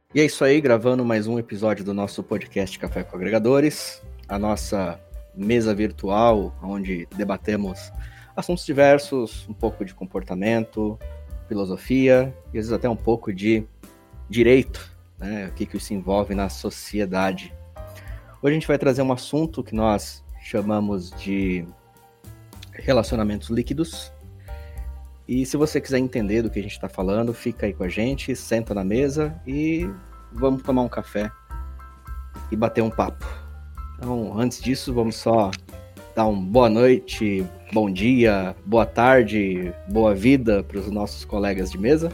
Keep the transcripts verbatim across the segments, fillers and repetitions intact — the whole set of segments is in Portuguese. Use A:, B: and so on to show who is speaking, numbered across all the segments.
A: E é isso aí, gravando mais um episódio do nosso podcast Café com Agregadores, a nossa mesa virtual, onde debatemos assuntos diversos, um pouco de comportamento, filosofia e às vezes até um pouco de direito, né? O que, que isso envolve na sociedade. Hoje a gente vai trazer um assunto que nós chamamos de relacionamentos líquidos. E se você quiser entender do que a gente está falando, fica aí com a gente, senta na mesa e vamos tomar um café e bater um papo. Então, antes disso, vamos só dar um boa noite, bom dia, boa tarde, boa vida para os nossos colegas de mesa.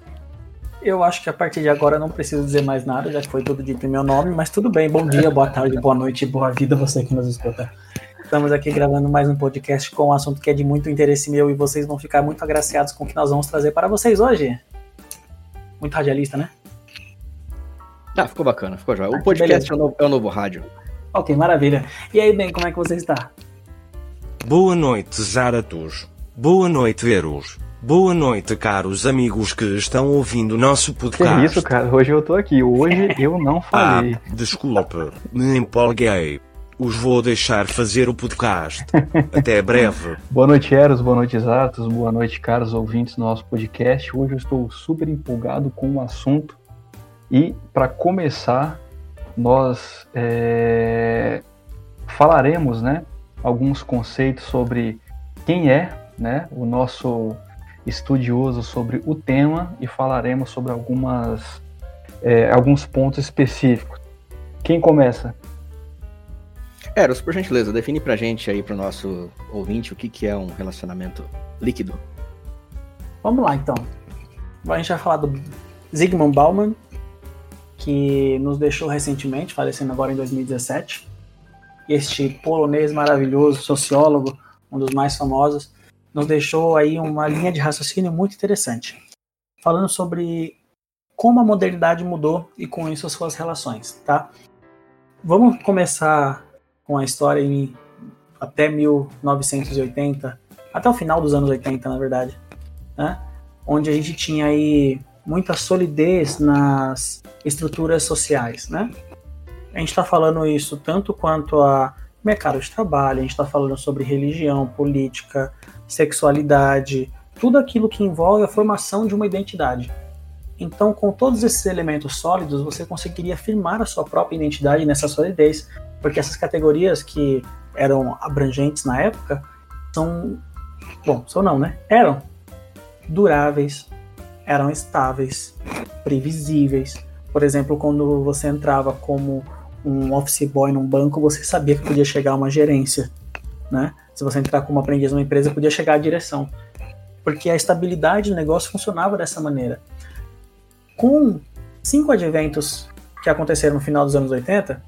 B: Eu acho que a partir de agora eu não preciso dizer mais nada, já que foi tudo dito em meu nome, mas tudo bem, bom dia, boa tarde, boa noite, boa vida você que nos escuta. Estamos aqui gravando mais um podcast com um assunto que é de muito interesse meu e vocês vão ficar muito agraciados com o que nós vamos trazer para vocês hoje. Muito radialista, né?
A: Ah, ficou bacana, ficou jóia. O podcast é o, novo, é o novo rádio.
B: Ok, maravilha. E aí, Ben, como é que você está?
C: Boa noite, Zaratus. Boa noite, Eros. Boa noite, caros amigos que estão ouvindo o nosso podcast.
D: Que isso, cara? Hoje eu tô aqui. Hoje eu não falei.
C: Ah, desculpe, me empolguei. Os vou deixar fazer o podcast. Até breve.
D: Boa noite, Eros. Boa noite, Zaratus. Boa noite, caros ouvintes do nosso podcast. Hoje eu estou super empolgado com o assunto. E, para começar, nós é, falaremos, né, alguns conceitos sobre quem é, né, o nosso estudioso sobre o tema e falaremos sobre algumas, é, alguns pontos específicos. Quem começa?
A: Eros, por gentileza, define pra gente aí, pro nosso ouvinte, o que, que é um relacionamento líquido.
B: Vamos lá, então. A gente vai falar do Zygmunt Bauman, que nos deixou recentemente, falecendo agora em dois mil e dezessete. Este polonês maravilhoso, sociólogo, um dos mais famosos, nos deixou aí uma linha de raciocínio muito interessante, falando sobre como a modernidade mudou e com isso as suas relações, tá? Vamos começar com a história em até mil novecentos e oitenta, até o final dos anos oitenta, na verdade, né? Onde a gente tinha aí muita solidez nas estruturas sociais, né? A gente está falando isso tanto quanto a mercado de trabalho, a gente está falando sobre religião, política, sexualidade, tudo aquilo que envolve a formação de uma identidade. Então, com todos esses elementos sólidos, você conseguiria firmar a sua própria identidade nessa solidez, porque essas categorias que eram abrangentes na época são, bom, são não, né? Eram duráveis, eram estáveis, previsíveis. Por exemplo, quando você entrava como um office boy num banco, você sabia que podia chegar a uma gerência, né? Se você entrar como aprendiz numa empresa, podia chegar à direção. Porque a estabilidade do negócio funcionava dessa maneira. Com cinco adventos que aconteceram no final dos anos oitenta,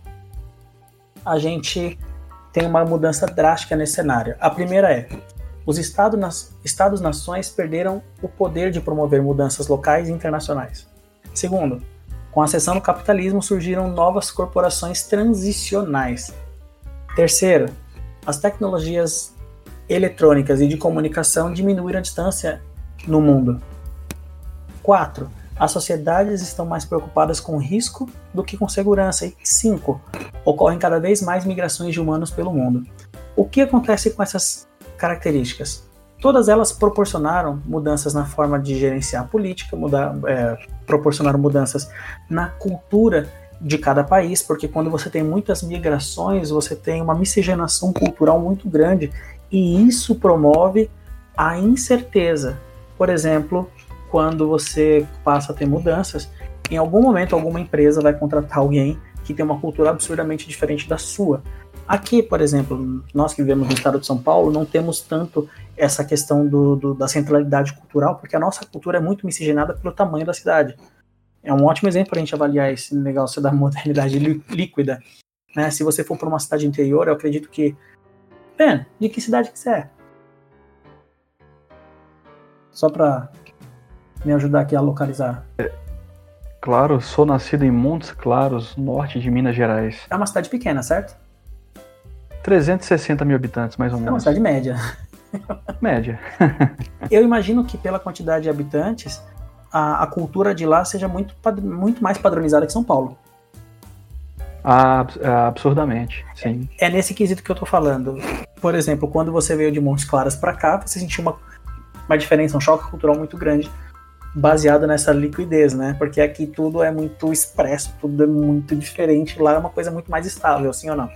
B: a gente tem uma mudança drástica nesse cenário. A primeira é: os Estados-nações perderam o poder de promover mudanças locais e internacionais. Segundo, com a ascensão do capitalismo surgiram novas corporações transicionais. Terceiro, as tecnologias eletrônicas e de comunicação diminuíram a distância no mundo. Quatro, as sociedades estão mais preocupadas com risco do que com segurança. E cinco, ocorrem cada vez mais migrações de humanos pelo mundo. O que acontece com essas características? Todas elas proporcionaram mudanças na forma de gerenciar a política, mudar, é, proporcionaram mudanças na cultura de cada país, porque quando você tem muitas migrações, você tem uma miscigenação cultural muito grande, e isso promove a incerteza. Por exemplo, quando você passa a ter mudanças, em algum momento alguma empresa vai contratar alguém que tem uma cultura absurdamente diferente da sua. Aqui, por exemplo, nós que vivemos no estado de São Paulo, não temos tanto essa questão do, do, da centralidade cultural, porque a nossa cultura é muito miscigenada pelo tamanho da cidade. É um ótimo exemplo para a gente avaliar esse negócio da modernidade líquida, né? Se você for para uma cidade interior, eu acredito que... Ben, de que cidade que você é? Só para me ajudar aqui a localizar.
D: Claro, sou nascido em Montes Claros, norte de Minas Gerais.
B: É uma cidade pequena, certo?
D: trezentos e sessenta mil habitantes, mais ou menos.
B: É uma cidade média.
D: Média.
B: Eu imagino que pela quantidade de habitantes, a, a cultura de lá seja muito, muito mais padronizada que São Paulo.
D: Ah, absurdamente, sim.
B: É, é nesse quesito que eu tô falando. Por exemplo, quando você veio de Montes Claros para cá, você sentiu uma, uma diferença, um choque cultural muito grande, baseado nessa liquidez, né? Porque aqui tudo é muito expresso, tudo é muito diferente. Lá é uma coisa muito mais estável, sim ou não?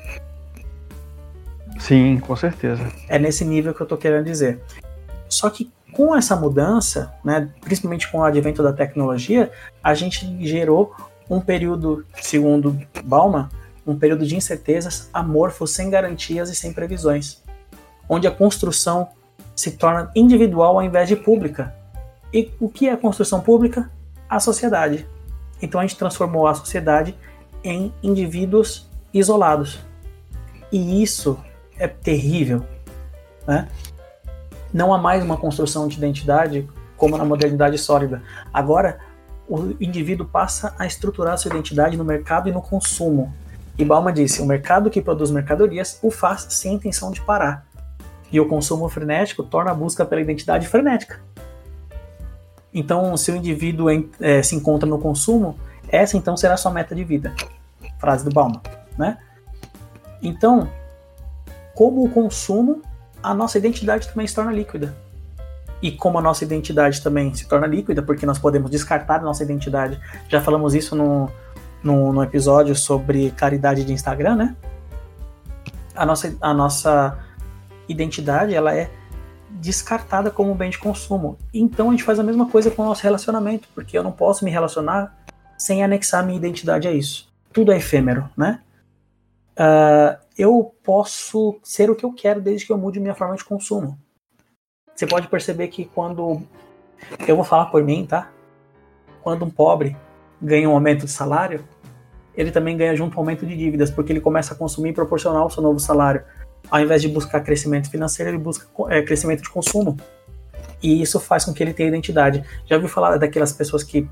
D: Sim, com certeza.
B: É nesse nível que eu tô querendo dizer. Só que com essa mudança, né, principalmente com o advento da tecnologia, a gente gerou um período, segundo Bauman, um período de incertezas, amorfo, sem garantias e sem previsões, onde a construção se torna individual ao invés de pública. E o que é a construção pública? A sociedade. Então a gente transformou a sociedade em indivíduos isolados. E isso é terrível, né? Não há mais uma construção de identidade como na modernidade sólida. Agora, o indivíduo passa a estruturar sua identidade no mercado e no consumo. E Bauman disse, o mercado que produz mercadorias o faz sem intenção de parar. E o consumo frenético torna a busca pela identidade frenética. Então, se o indivíduo é, se encontra no consumo, essa então será a sua meta de vida. Frase do Bauman, né? Então, como o consumo, a nossa identidade também se torna líquida. E como a nossa identidade também se torna líquida, porque nós podemos descartar a nossa identidade. Já falamos isso no, no, no episódio sobre caridade de Instagram, né? A nossa, a nossa identidade, ela é descartada como um bem de consumo. Então a gente faz a mesma coisa com o nosso relacionamento, porque eu não posso me relacionar sem anexar minha identidade a isso. Tudo é efêmero, né? Uh, eu posso ser o que eu quero desde que eu mude minha forma de consumo. Você pode perceber que quando... Eu vou falar por mim, tá? Quando um pobre ganha um aumento de salário, ele também ganha junto um aumento de dívidas, porque ele começa a consumir proporcional ao seu novo salário. Ao invés de buscar crescimento financeiro, ele busca é, crescimento de consumo. E isso faz com que ele tenha identidade. Já ouviu falar daquelas pessoas que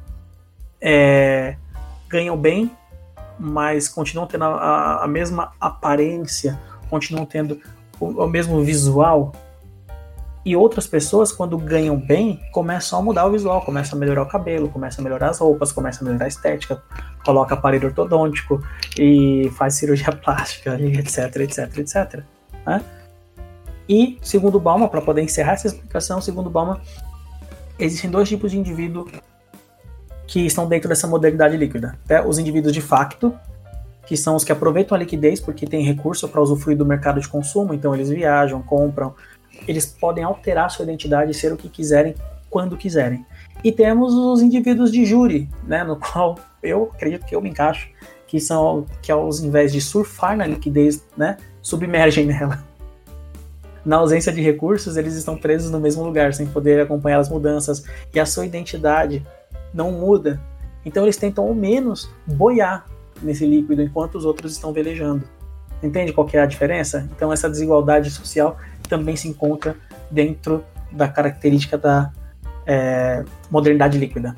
B: é, ganham bem, mas continuam tendo a, a mesma aparência, continuam tendo o, o mesmo visual? E outras pessoas, quando ganham bem, começam a mudar o visual, começam a melhorar o cabelo, começam a melhorar as roupas, começam a melhorar a estética, coloca aparelho ortodôntico e faz cirurgia plástica, etc, etc, etc. Né? E, segundo Bauman, para poder encerrar essa explicação, segundo Bauman, existem dois tipos de indivíduo que estão dentro dessa modernidade líquida. Né? Os indivíduos de facto, que são os que aproveitam a liquidez porque têm recurso para usufruir do mercado de consumo, então eles viajam, compram, eles podem alterar sua identidade e ser o que quiserem, quando quiserem. E temos os indivíduos de júri, né, no qual eu acredito que eu me encaixo, que são que ao invés de surfar na liquidez, né, submergem nela. Na ausência de recursos, eles estão presos no mesmo lugar, sem poder acompanhar as mudanças, e a sua identidade não muda. Então eles tentam ao menos boiar nesse líquido, enquanto os outros estão velejando. Entende qual que é a diferença? Então essa desigualdade social também se encontra dentro da característica da é, modernidade líquida.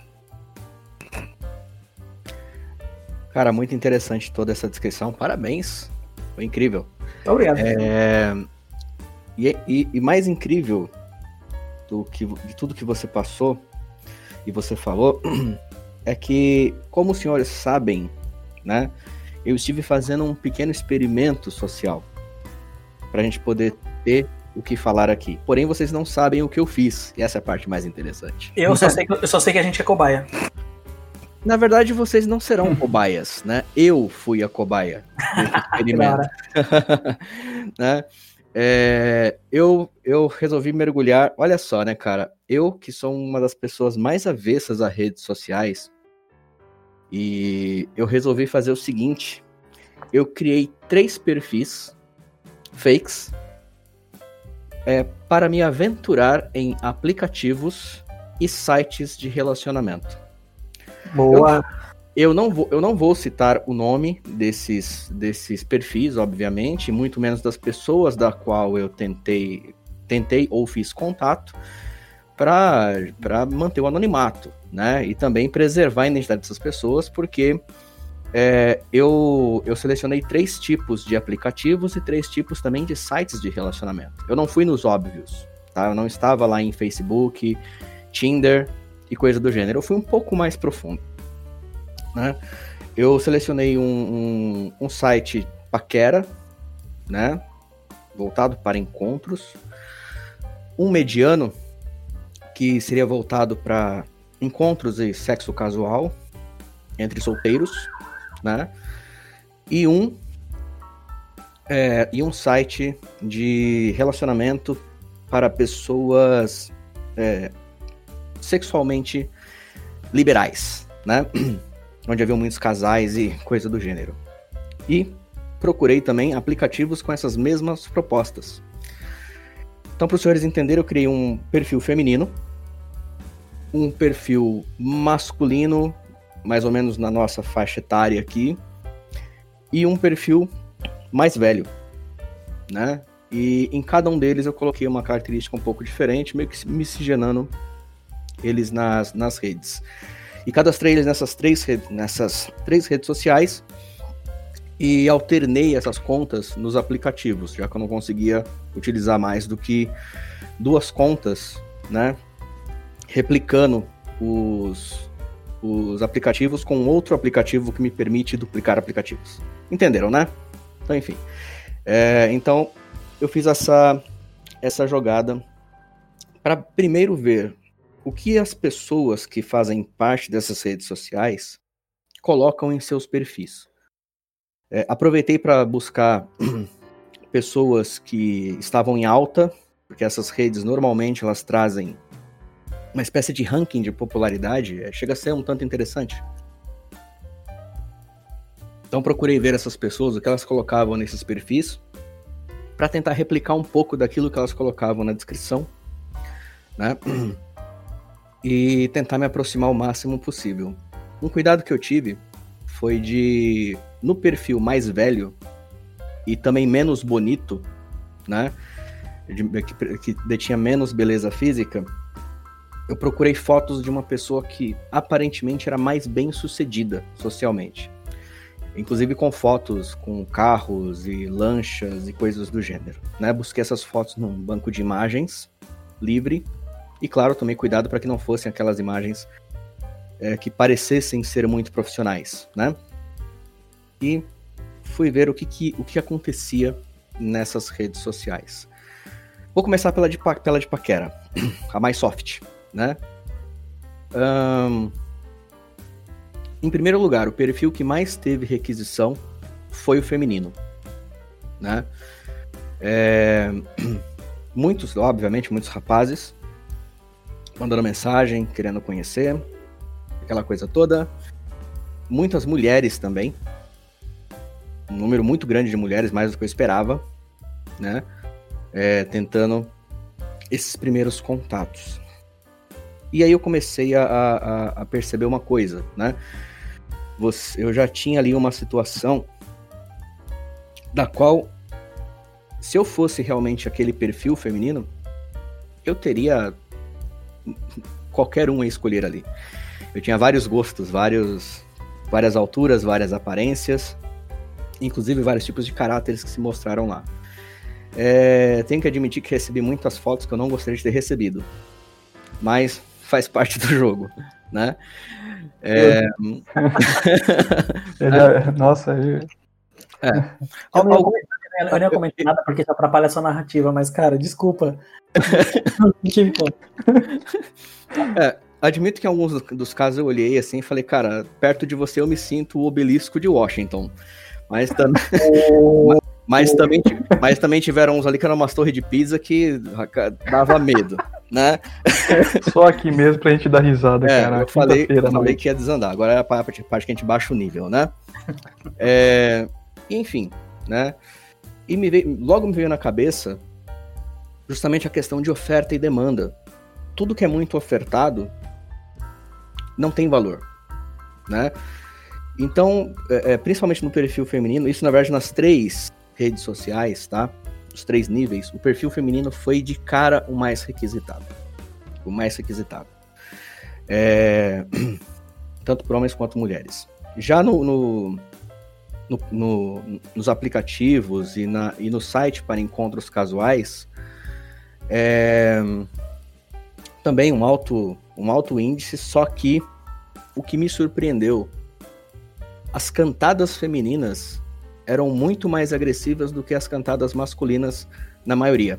A: Cara, muito interessante toda essa descrição. Parabéns. Foi incrível.
B: Obrigado.
A: É, e, e, e mais incrível do que, de tudo que você passou e você falou é que, como os senhores sabem, né, eu estive fazendo um pequeno experimento social para a gente poder ter o que falar aqui. Porém, vocês não sabem o que eu fiz. E essa é a parte mais interessante.
B: Eu só sei que, eu só sei que a gente é cobaia.
A: Na verdade, vocês não serão cobaias, né? Eu fui a cobaia desse experimento. Né? É, eu, eu resolvi mergulhar... Olha só, né, cara? Eu, que sou uma das pessoas mais avessas a redes sociais, e eu resolvi fazer o seguinte. Eu criei três perfis fakes é, para me aventurar em aplicativos e sites de relacionamento.
B: Boa.
A: Eu, eu, não vou, eu não vou citar o nome desses, desses perfis, obviamente, muito menos das pessoas da qual eu tentei, tentei ou fiz contato para manter o anonimato, né? E também preservar a identidade dessas pessoas, porque é, eu, eu selecionei três tipos de aplicativos e três tipos também de sites de relacionamento. Eu não fui nos óbvios, tá? Eu não estava lá em Facebook, Tinder, e coisa do gênero. Eu fui um pouco mais profundo, né? Eu selecionei um, um, um site paquera, né? Voltado para encontros. Um mediano, que seria voltado para encontros e sexo casual entre solteiros, né? E um, é, e um site de relacionamento para pessoas é, sexualmente liberais, né? Onde havia muitos casais e coisa do gênero. E procurei também aplicativos com essas mesmas propostas. Então, para os senhores entenderem, eu criei um perfil feminino, um perfil masculino, mais ou menos na nossa faixa etária aqui, e um perfil mais velho, né? E em cada um deles eu coloquei uma característica um pouco diferente, meio que miscigenando eles nas, nas redes. E cadastrei eles nessas três, redes, nessas três redes sociais e alternei essas contas nos aplicativos, já que eu não conseguia utilizar mais do que duas contas, né? Replicando os, os aplicativos com outro aplicativo que me permite duplicar aplicativos. Entenderam, né? Então, enfim. É, então, eu fiz essa, essa jogada para primeiro ver o que as pessoas que fazem parte dessas redes sociais colocam em seus perfis. É, aproveitei para buscar pessoas que estavam em alta, porque essas redes normalmente elas trazem uma espécie de ranking de popularidade, é, chega a ser um tanto interessante. Então procurei ver essas pessoas, o que elas colocavam nesses perfis, para tentar replicar um pouco daquilo que elas colocavam na descrição, né? E tentar me aproximar o máximo possível. Um cuidado que eu tive foi de, no perfil mais velho e também menos bonito, né, de, que, que detinha menos beleza física, eu procurei fotos de uma pessoa que aparentemente era mais bem sucedida socialmente. Inclusive com fotos com carros e lanchas e coisas do gênero, né? Busquei essas fotos num banco de imagens livre e, claro, tomei cuidado para que não fossem aquelas imagens é, que parecessem ser muito profissionais, né? E fui ver o que, que, o que acontecia nessas redes sociais. Vou começar pela de, pela de paquera, a mais soft, né? Um, em primeiro lugar, o perfil que mais teve requisição foi o feminino, né? É, muitos, obviamente, muitos rapazes mandando mensagem, querendo conhecer, aquela coisa toda. Muitas mulheres também, um número muito grande de mulheres, mais do que eu esperava, né? É, tentando esses primeiros contatos. E aí eu comecei a, a, a perceber uma coisa, né? Você, eu já tinha ali uma situação da qual, se eu fosse realmente aquele perfil feminino, eu teria qualquer um a escolher ali. Eu tinha vários gostos, vários, várias alturas, várias aparências, inclusive vários tipos de caráteres que se mostraram lá. É, tenho que admitir que recebi muitas fotos que eu não gostaria de ter recebido, mas faz parte do jogo, né? É...
D: é, nossa, eu...
B: É. Eu, não ia comentar, eu não ia comentar nada porque isso atrapalha a sua narrativa, mas, cara, desculpa.
A: É, admito que em alguns dos casos eu olhei assim e falei, cara, perto de você eu me sinto o obelisco de Washington. Mas também, mas, mas, também, mas também tiveram uns ali que eram umas torres de pizza que dava medo, né?
D: Só aqui mesmo pra gente dar risada,
A: é,
D: cara.
A: Eu falei, eu falei que ia desandar, agora é a parte, parte que a gente baixa o nível, né? É, enfim, né? E me veio, logo me veio na cabeça justamente a questão de oferta e demanda. Tudo que é muito ofertado não tem valor, né? Então, é, principalmente no perfil feminino, isso na verdade nas três redes sociais, tá? Os três níveis, o perfil feminino foi de cara o mais requisitado. O mais requisitado. É, tanto por homens quanto mulheres. Já no, no, no, no, nos aplicativos e, na, e no site para encontros casuais, é, também um alto um alto índice, só que o que me surpreendeu, as cantadas femininas eram muito mais agressivas do que as cantadas masculinas na maioria.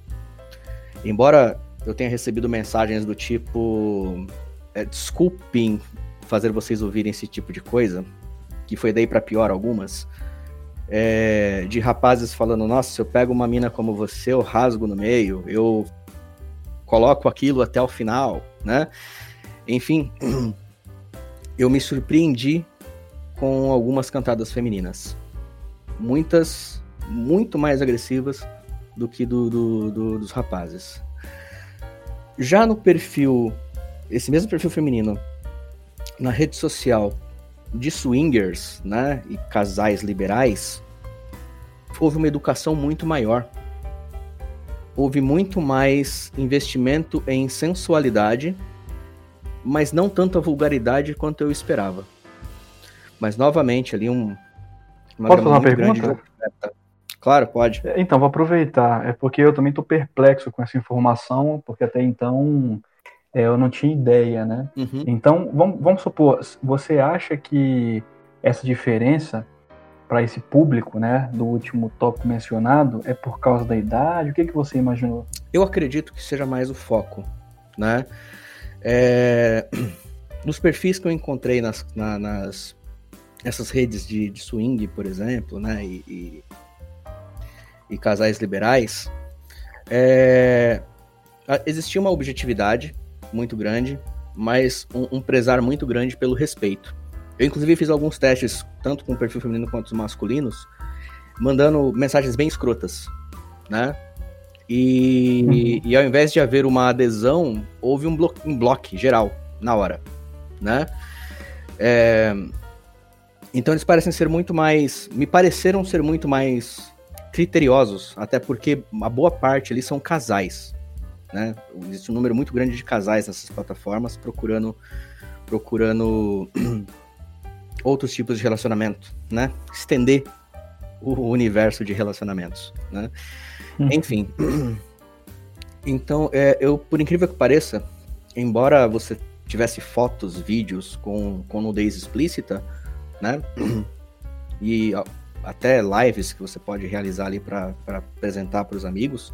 A: Embora eu tenha recebido mensagens do tipo, é, desculpem fazer vocês ouvirem esse tipo de coisa, que foi daí pra pior algumas, é, de rapazes falando, nossa, se eu pego uma mina como você, eu rasgo no meio, eu coloco aquilo até o final, né? Enfim, eu me surpreendi com algumas cantadas femininas. Muitas, muito mais agressivas do que do, do, do, dos rapazes. Já no perfil, esse mesmo perfil feminino, na rede social de swingers, né, e casais liberais, houve uma educação muito maior. Houve muito mais investimento em sensualidade, mas não tanta vulgaridade quanto eu esperava. Mas, novamente, ali um...
D: Uma Posso fazer uma pergunta?
A: De... Claro, pode.
D: Então, vou aproveitar. É porque eu também estou perplexo com essa informação, porque até então é, eu não tinha ideia, né?
A: Uhum.
D: Então, vamos, vamos supor, você acha que essa diferença para esse público, né, do último tópico mencionado, é por causa da idade? O que, que você imaginou?
A: Eu acredito que seja mais o foco, né? É... Nos perfis que eu encontrei nas... Na, nas essas redes de, de swing, por exemplo, né, e, e, e casais liberais, é, existia uma objetividade muito grande, mas um, um prezar muito grande pelo respeito. Eu, inclusive, fiz alguns testes, tanto com o perfil feminino quanto os masculinos, mandando mensagens bem escrotas, né, e, uhum. e, e ao invés de haver uma adesão, houve um, blo- um bloco geral, na hora, né, é... Então eles parecem ser muito mais... Me pareceram ser muito mais criteriosos, até porque a boa parte ali são casais, né? Existe um número muito grande de casais nessas plataformas procurando, procurando outros tipos de relacionamento, né? Estender o universo de relacionamentos, né? Hum. Enfim. Então, é, eu, por incrível que pareça, embora você tivesse fotos, vídeos com, com nudez explícita, né? E ó, até lives que você pode realizar ali para apresentar para os amigos,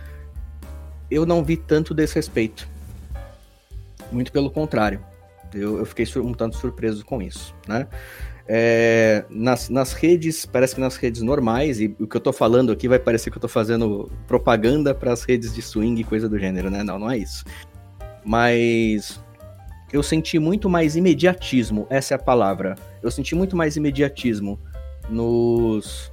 A: eu não vi tanto desrespeito. Muito pelo contrário. Eu, eu fiquei sur- um tanto surpreso com isso, né? É, nas, nas redes, parece que nas redes normais, e o que eu tô falando aqui vai parecer que eu tô fazendo propaganda para as redes de swing e coisa do gênero, né? Não, não é isso. Mas... eu senti muito mais imediatismo, essa é a palavra. Eu senti muito mais imediatismo nos,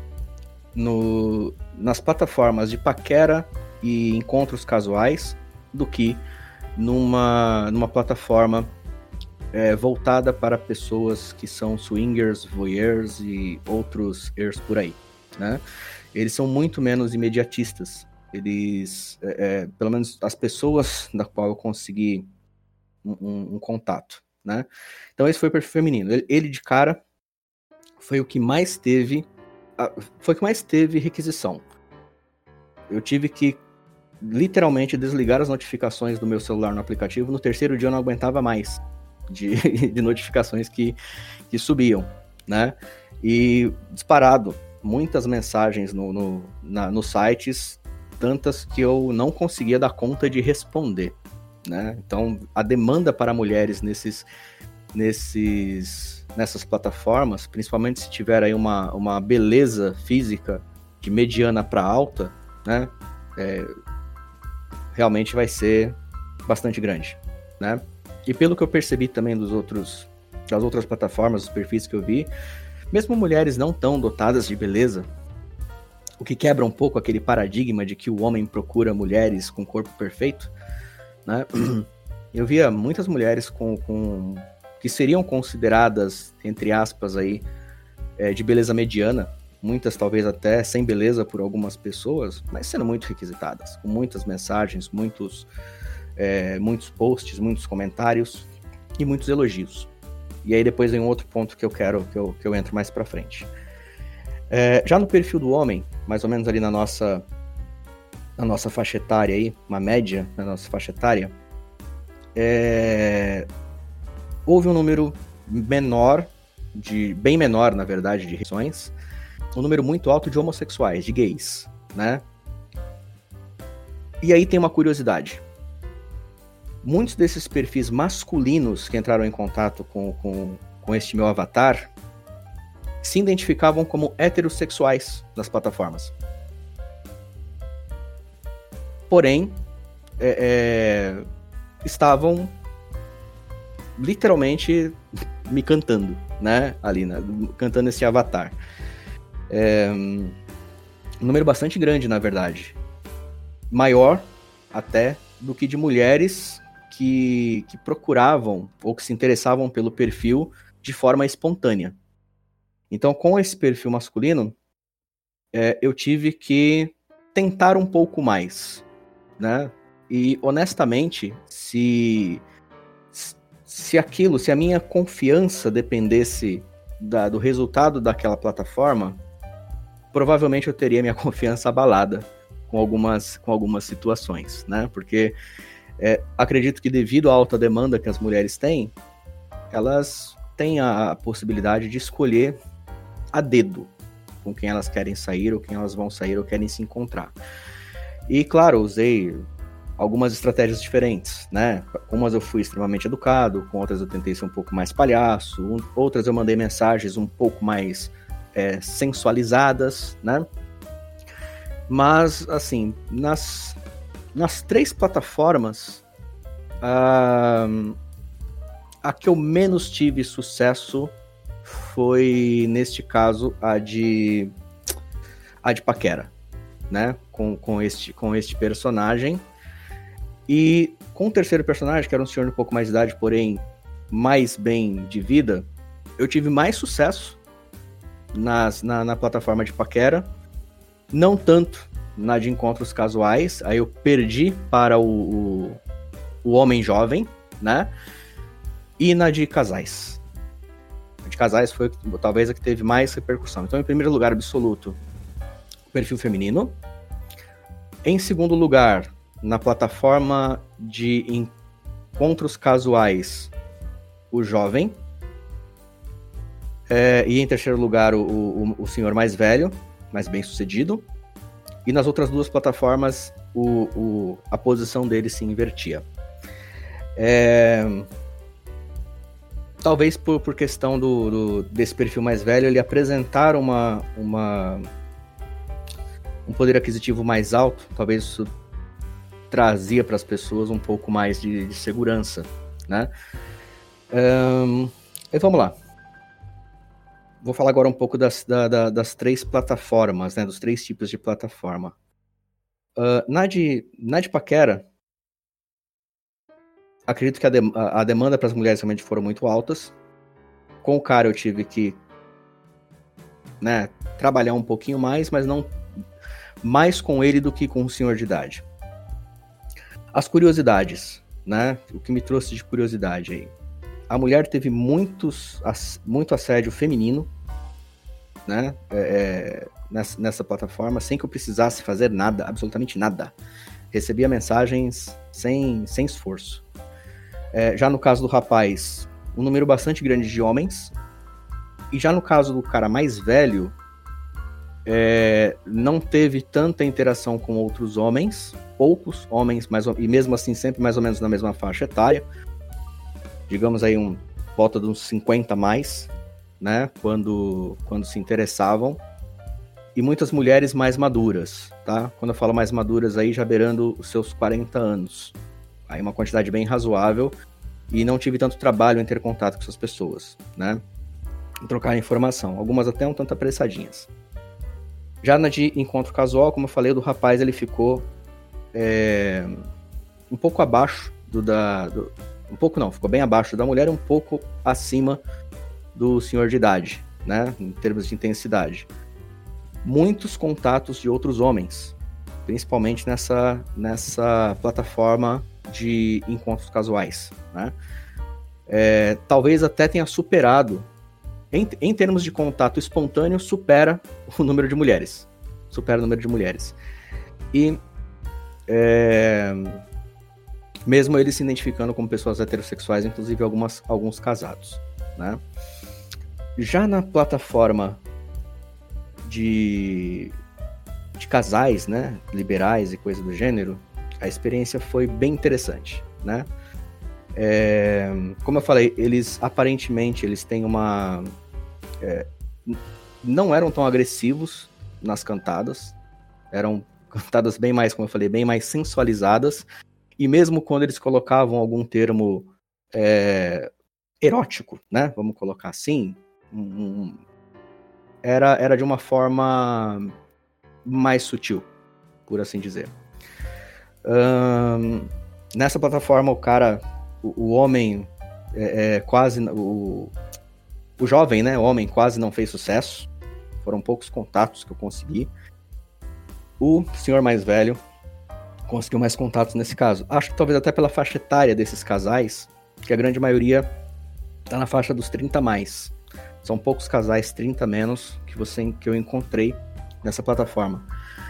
A: no, nas plataformas de paquera e encontros casuais do que numa, numa plataforma é, voltada para pessoas que são swingers, voyeurs e outros ers por aí, né? Eles são muito menos imediatistas. Eles, é, é, pelo menos as pessoas da qual eu consegui Um, um contato, né? Então esse foi o perfil feminino. Ele, ele de cara foi o que mais teve, foi o que mais teve requisição. Eu tive que literalmente desligar as notificações do meu celular no aplicativo. No terceiro dia eu não aguentava mais de, de notificações que, que subiam, né? E disparado, muitas mensagens no, no, na, nos sites, tantas que eu não conseguia dar conta de responder. Né? Então, a demanda para mulheres nesses, nesses, nessas plataformas, principalmente se tiver aí uma, uma beleza física de mediana para alta, né? É, realmente vai ser bastante grande, né? E pelo que eu percebi também dos outros, das outras plataformas, dos perfis que eu vi, mesmo mulheres não tão dotadas de beleza, o que quebra um pouco aquele paradigma de que o homem procura mulheres com corpo perfeito, né? Eu via muitas mulheres com, com, que seriam consideradas, entre aspas, aí, é, de beleza mediana, muitas talvez até sem beleza por algumas pessoas, mas sendo muito requisitadas, com muitas mensagens, muitos, é, muitos posts, muitos comentários e muitos elogios. E aí depois vem um outro ponto que eu quero, que eu, que eu entro mais pra frente. É, já no perfil do homem, mais ou menos ali na nossa... na nossa faixa etária aí, uma média na nossa faixa etária, é, houve um número menor, de, bem menor, na verdade, de reações, um número muito alto de homossexuais, de gays, né? E aí tem uma curiosidade. Muitos desses perfis masculinos que entraram em contato com, com, com este meu avatar se identificavam como heterossexuais nas plataformas. Porém, é, é, estavam literalmente me cantando, né, ali, né, cantando esse avatar. É, um número bastante grande, na verdade. Maior até do que de mulheres que, que procuravam ou que se interessavam pelo perfil de forma espontânea. Então, com esse perfil masculino, é, eu tive que tentar um pouco mais, né? E, honestamente, se, se aquilo, se a minha confiança dependesse da, do resultado daquela plataforma, provavelmente eu teria minha confiança abalada com algumas, com algumas situações, né? Porque é, acredito que devido à alta demanda que as mulheres têm, elas têm a possibilidade de escolher a dedo com quem elas querem sair, ou quem elas vão sair, ou querem se encontrar. E, claro, usei algumas estratégias diferentes, né? Com umas eu fui extremamente educado, com outras eu tentei ser um pouco mais palhaço, um, outras eu mandei mensagens um pouco mais é, sensualizadas, né? Mas, assim, nas, nas três plataformas, a, a que eu menos tive sucesso foi, neste caso, a de, a de paquera, né? Com, com, este, com este personagem. E com o terceiro personagem, que era um senhor de um pouco mais de idade, porém mais bem de vida, eu tive mais sucesso nas, na, na plataforma de paquera. Não tanto na de encontros casuais, aí eu perdi para o, o, o homem jovem, né? E na de casais. A de casais foi talvez a que teve mais repercussão. Então, em primeiro lugar absoluto, o perfil feminino. Em segundo lugar, na plataforma de encontros casuais, o jovem. É, e em terceiro lugar, o, o, o senhor mais velho, mais bem sucedido. E nas outras duas plataformas, o, o, a posição dele se invertia. É, talvez por, por questão do, do, desse perfil mais velho, ele apresentar uma, uma, um poder aquisitivo mais alto, talvez isso trazia para as pessoas um pouco mais de, de segurança, né? Um, e vamos lá. Vou falar agora um pouco das, da, da, das três plataformas, né? Dos três tipos de plataforma. Uh, na, de, na de paquera, acredito que a, de, a, a demanda para as mulheres realmente foram muito altas. Com o cara eu tive que, né, trabalhar um pouquinho mais, mas não mais com ele do que com o senhor de idade. As curiosidades, né? O que me trouxe de curiosidade aí. A mulher teve muitos, muito assédio feminino, né? É, nessa, nessa plataforma, sem que eu precisasse fazer nada, absolutamente nada. Recebia mensagens sem, sem esforço. É, já no caso do rapaz, um número bastante grande de homens. E já no caso do cara mais velho, é, não teve tanta interação com outros homens, poucos homens, mais, e mesmo assim sempre mais ou menos na mesma faixa etária. Digamos aí, um, volta de uns cinquenta mais, né, quando, quando se interessavam, e muitas mulheres mais maduras, tá? Quando eu falo mais maduras aí, já beirando os seus quarenta anos. Aí uma quantidade bem razoável, e não tive tanto trabalho em ter contato com essas pessoas, né? Em trocar informação, algumas até um tanto apressadinhas. Já na de encontro casual, como eu falei, o do rapaz, ele ficou é, um pouco abaixo do da... Do, um pouco não, ficou bem abaixo da mulher, um pouco acima do senhor de idade, né, em termos de intensidade. Muitos contatos de outros homens, principalmente nessa, nessa plataforma de encontros casuais, né. É, talvez até tenha superado, em, em termos de contato espontâneo, supera o número de mulheres. Supera o número de mulheres. E... É, mesmo eles se identificando como pessoas heterossexuais, inclusive algumas, alguns casados, né? Já na plataforma de, de casais, né, liberais e coisa do gênero, a experiência foi bem interessante, né? É, como eu falei, eles aparentemente eles têm uma... É, não eram tão agressivos nas cantadas, eram cantadas bem mais, como eu falei, bem mais sensualizadas, e mesmo quando eles colocavam algum termo é, erótico, né, vamos colocar assim, um, era, era de uma forma mais sutil, por assim dizer. Um, nessa plataforma o cara, o, o homem é, é, quase, o, o jovem, né, o homem quase não fez sucesso, foram poucos contatos que eu consegui. O senhor mais velho conseguiu mais contatos nesse caso. Acho que talvez até pela faixa etária desses casais, que a grande maioria tá na faixa dos trinta mais. São poucos casais trinta menos que, você, que eu encontrei nessa plataforma.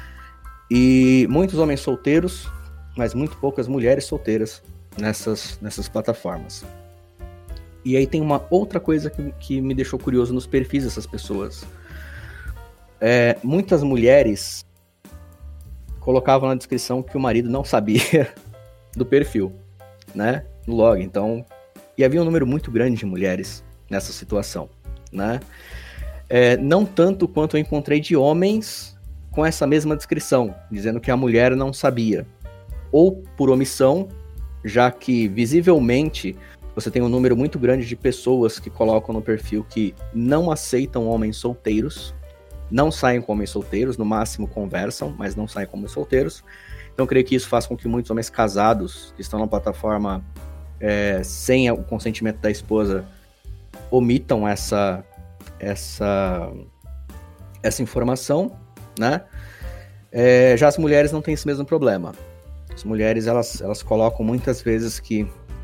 A: E muitos homens solteiros, mas muito poucas mulheres solteiras nessas, nessas plataformas. E aí tem uma outra coisa que, que me deixou curioso nos perfis dessas pessoas. É, muitas mulheres colocavam na descrição que o marido não sabia do perfil, né, no log. Então, e havia um número muito grande de mulheres nessa situação, né? É, não tanto quanto eu encontrei de homens com essa mesma descrição, dizendo que a mulher não sabia, ou por omissão, já que visivelmente você tem um número muito grande de pessoas que colocam no perfil que não aceitam homens solteiros, não saem com homens solteiros, no máximo conversam, mas não saem como homens solteiros. Então eu creio que isso faz com que muitos homens casados que estão na plataforma é, sem o consentimento da esposa omitam essa, essa, essa informação, né? É, já as mulheres não têm esse mesmo problema. As mulheres, elas, elas colocam muitas vezes que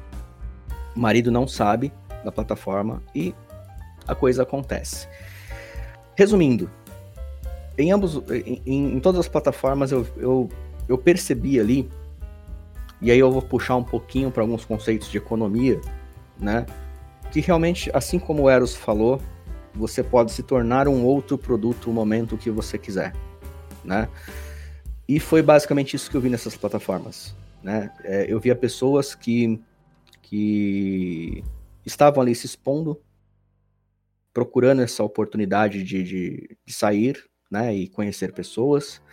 A: o marido não sabe da plataforma e a coisa acontece. Resumindo, em ambos, em, em todas as plataformas eu, eu, eu percebi ali, e aí eu vou puxar um pouquinho para alguns conceitos de economia, né? Que realmente, assim como o Eros falou, você pode se tornar um outro produto no momento que você quiser, né? E foi basicamente isso que eu vi nessas plataformas, né? É, eu via pessoas que, que estavam ali se expondo, procurando essa oportunidade de, de, de sair, né, e conhecer pessoas,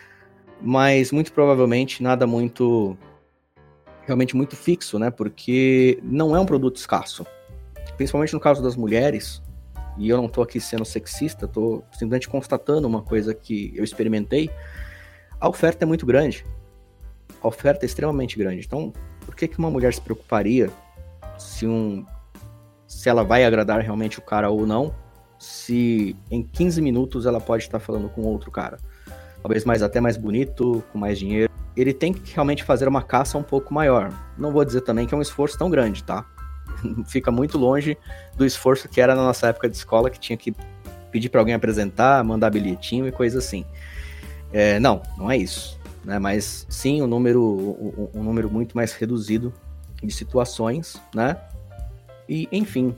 A: mas muito provavelmente nada muito, realmente muito fixo, né, porque não é um produto escasso, principalmente no caso das mulheres, e eu não estou aqui sendo sexista, estou simplesmente constatando uma coisa que eu experimentei. A oferta é muito grande, a oferta é extremamente grande, então por que, que uma mulher se preocuparia se um se ela vai agradar realmente o cara ou não, se em quinze minutos ela pode estar falando com outro cara. Talvez mais, até mais bonito, com mais dinheiro. Ele tem que realmente fazer uma caça um pouco maior. Não vou dizer também que é um esforço tão grande, tá? Fica muito longe do esforço que era na nossa época de escola, que tinha que pedir para alguém apresentar, mandar bilhetinho e coisa assim. É, não, não é isso, né? Mas sim, um número, um, um número muito mais reduzido de situações, né? E, enfim,